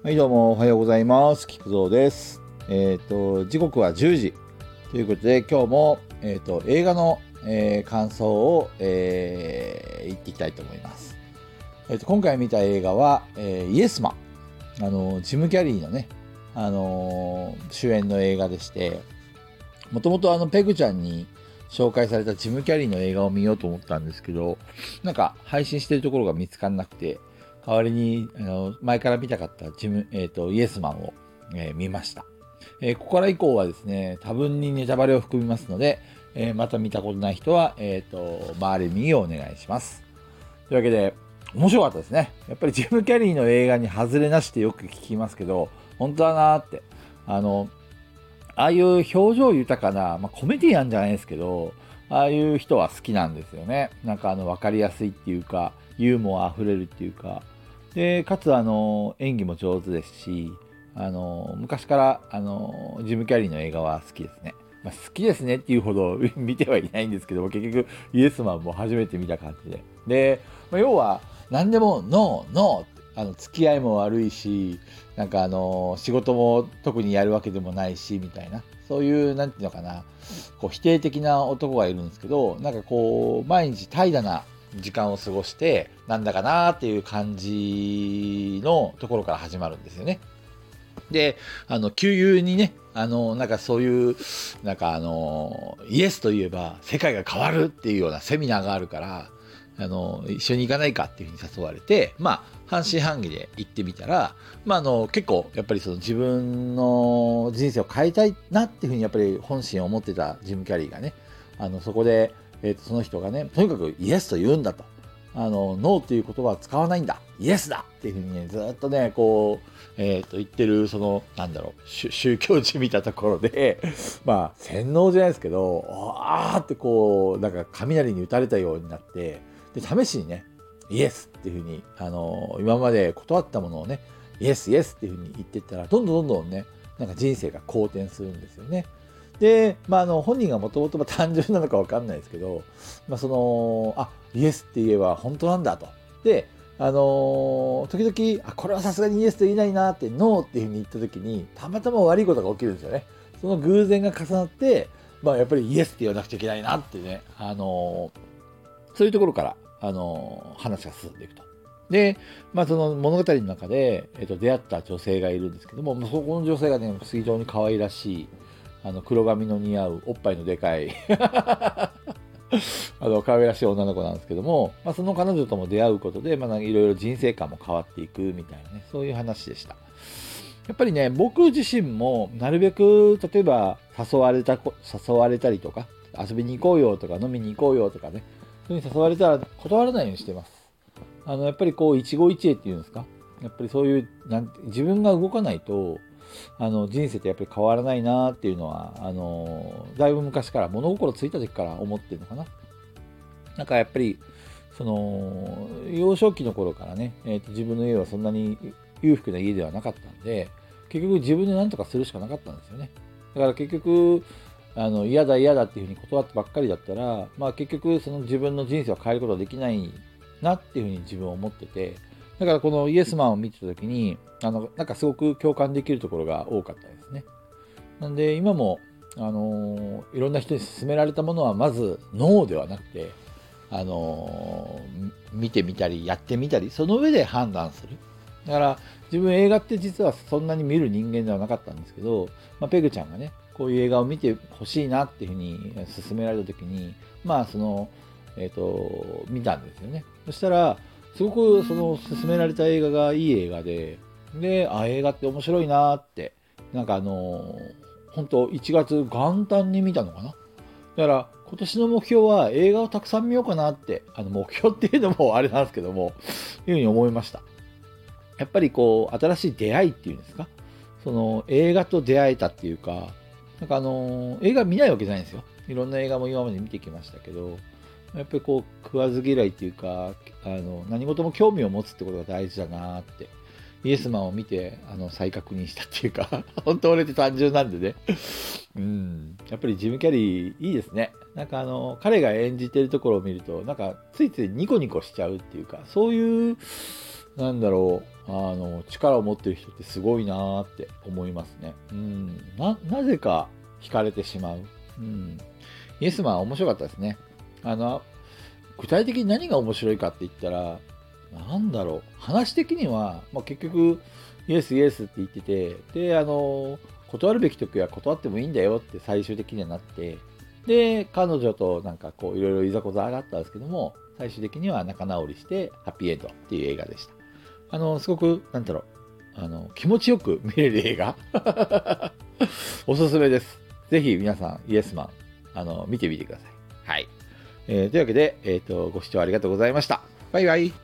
はいどうもおはようございます。菊蔵です。時刻は10時ということで今日も、映画の、感想を、言っていきたいと思います。今回見た映画は、イエスマン。ジム・キャリーのね、主演の映画でして、もともとペグちゃんに紹介されたジム・キャリーの映画を見ようと思ったんですけど、なんか配信してるところが見つからなくて、代わりに前から見たかったイエスマンを、見ました。ここから以降はですね、多分にネタバレを含みますので、また見たことない人は、回り右をお願いします。というわけで、面白かったですね。やっぱりジム・キャリーの映画に外れなしってよく聞きますけど、本当だなーって。ああいう表情豊かな、コメディアンじゃないですけど、ああいう人は好きなんですよね。なんか分かりやすいっていうか、ユーモア溢れるっていうか、で、かつ演技も上手ですし、昔からジム・キャリーの映画は好きですね。好きですねっていうほど見てはいないんですけど、結局イエスマンも初めて見た感じで。で、要は何でもノー、ノーって付き合いも悪いし、なんか仕事も特にやるわけでもないし、みたいな。そういう、なんていうのかな、こう否定的な男がいるんですけど、なんかこう、毎日怠惰な時間を過ごして、なんだかなっていう感じのところから始まるんですよね。で、旧友にね、なんかそういう、なんかイエスといえば世界が変わるっていうようなセミナーがあるから、一緒に行かないかっていうふうに誘われて、半信半疑で行ってみたら、結構、やっぱりその自分の人生を変えたいなっていうふうに、やっぱり本心を持ってたジム・キャリーがね、そこで、その人がね、とにかくイエスと言うんだと。ノーっていう言葉は使わないんだ。イエスだっていうふうにね、ずっとね、こう、言ってる、その、なんだろう、宗教じみたところで、洗脳じゃないですけど、あーってこう、なんか雷に打たれたようになって、で、試しにね、イエスっていうふうに、今まで断ったものをね、イエス、イエスっていうふうに言ってったら、どんどんどんどんね、なんか人生が好転するんですよね。で、本人がもともと単純なのかわかんないですけど、イエスって言えば本当なんだと。で、時々、これはさすがにイエスと言えないなって、ノーっていうふうに言った時に、たまたま悪いことが起きるんですよね。その偶然が重なって、やっぱりイエスって言わなくちゃいけないなってね、そういうところから、話が進んでいくと。で、その物語の中で、出会った女性がいるんですけども、そこの女性がね、非常に可愛らしい、黒髪の似合う、おっぱいのでかい可愛らしい女の子なんですけども、その彼女とも出会うことで、いろいろ人生観も変わっていくみたいなね、そういう話でした。やっぱりね、僕自身もなるべく、例えば誘われたりとか、遊びに行こうよとか、飲みに行こうよとかね、そういうふうに誘われたら断らないようにしてます。やっぱりこう、一期一会っていうんですか。やっぱりそういう、自分が動かないと、人生ってやっぱり変わらないなっていうのは、だいぶ昔から、物心ついた時から思ってるのかな。なんかやっぱり、その、幼少期の頃からね、自分の家はそんなに裕福な家ではなかったんで、結局自分で何とかするしかなかったんですよね。だから結局、嫌だ嫌だっていうふうに断ってばっかりだったら、結局その自分の人生を変えることはできないなっていうふうに自分は思ってて、だからこのイエスマンを見てた時に、なんかすごく共感できるところが多かったですね。なんで今も、いろんな人に勧められたものはまずノーではなくて、見てみたりやってみたり、その上で判断する。だから自分映画って実はそんなに見る人間ではなかったんですけど、ペグちゃんがね、こういう映画を見てほしいなっていうふうに勧められた時に、見たんですよね。そしたら、すごくその勧められた映画がいい映画で、で、映画って面白いなって、なんか本当1月元旦に見たのかな。だから今年の目標は映画をたくさん見ようかなって、目標っていうのもあれなんですけども、いうふうに思いました。やっぱりこう、新しい出会いっていうんですか、その映画と出会えたっていうか、なんか映画見ないわけじゃないんですよ。いろんな映画も今まで見てきましたけど、やっぱりこう、食わず嫌いっていうか、何事も興味を持つってことが大事だなって、イエスマンを見て、再確認したっていうか、本当俺って単純なんでね。うん。やっぱりジム・キャリーいいですね。なんか彼が演じてるところを見ると、なんかついついニコニコしちゃうっていうか、そういうなんだろう、力を持ってる人ってすごいなーって思いますね。なぜか惹かれてしまう。イエスマン面白かったですね。具体的に何が面白いかって言ったら、なんだろう、話的には、結局、イエスイエスって言ってて、で、断るべき時は断ってもいいんだよって最終的にはなって、で、彼女となんかこう、いろいろいざこざがあったんですけども、最終的には仲直りして、ハッピーエンドっていう映画でした。すごく、なんだろう、気持ちよく見れる映画おすすめです。ぜひ皆さん、イエスマン、見てみてください。はい。というわけで、ご視聴ありがとうございました。バイバイ。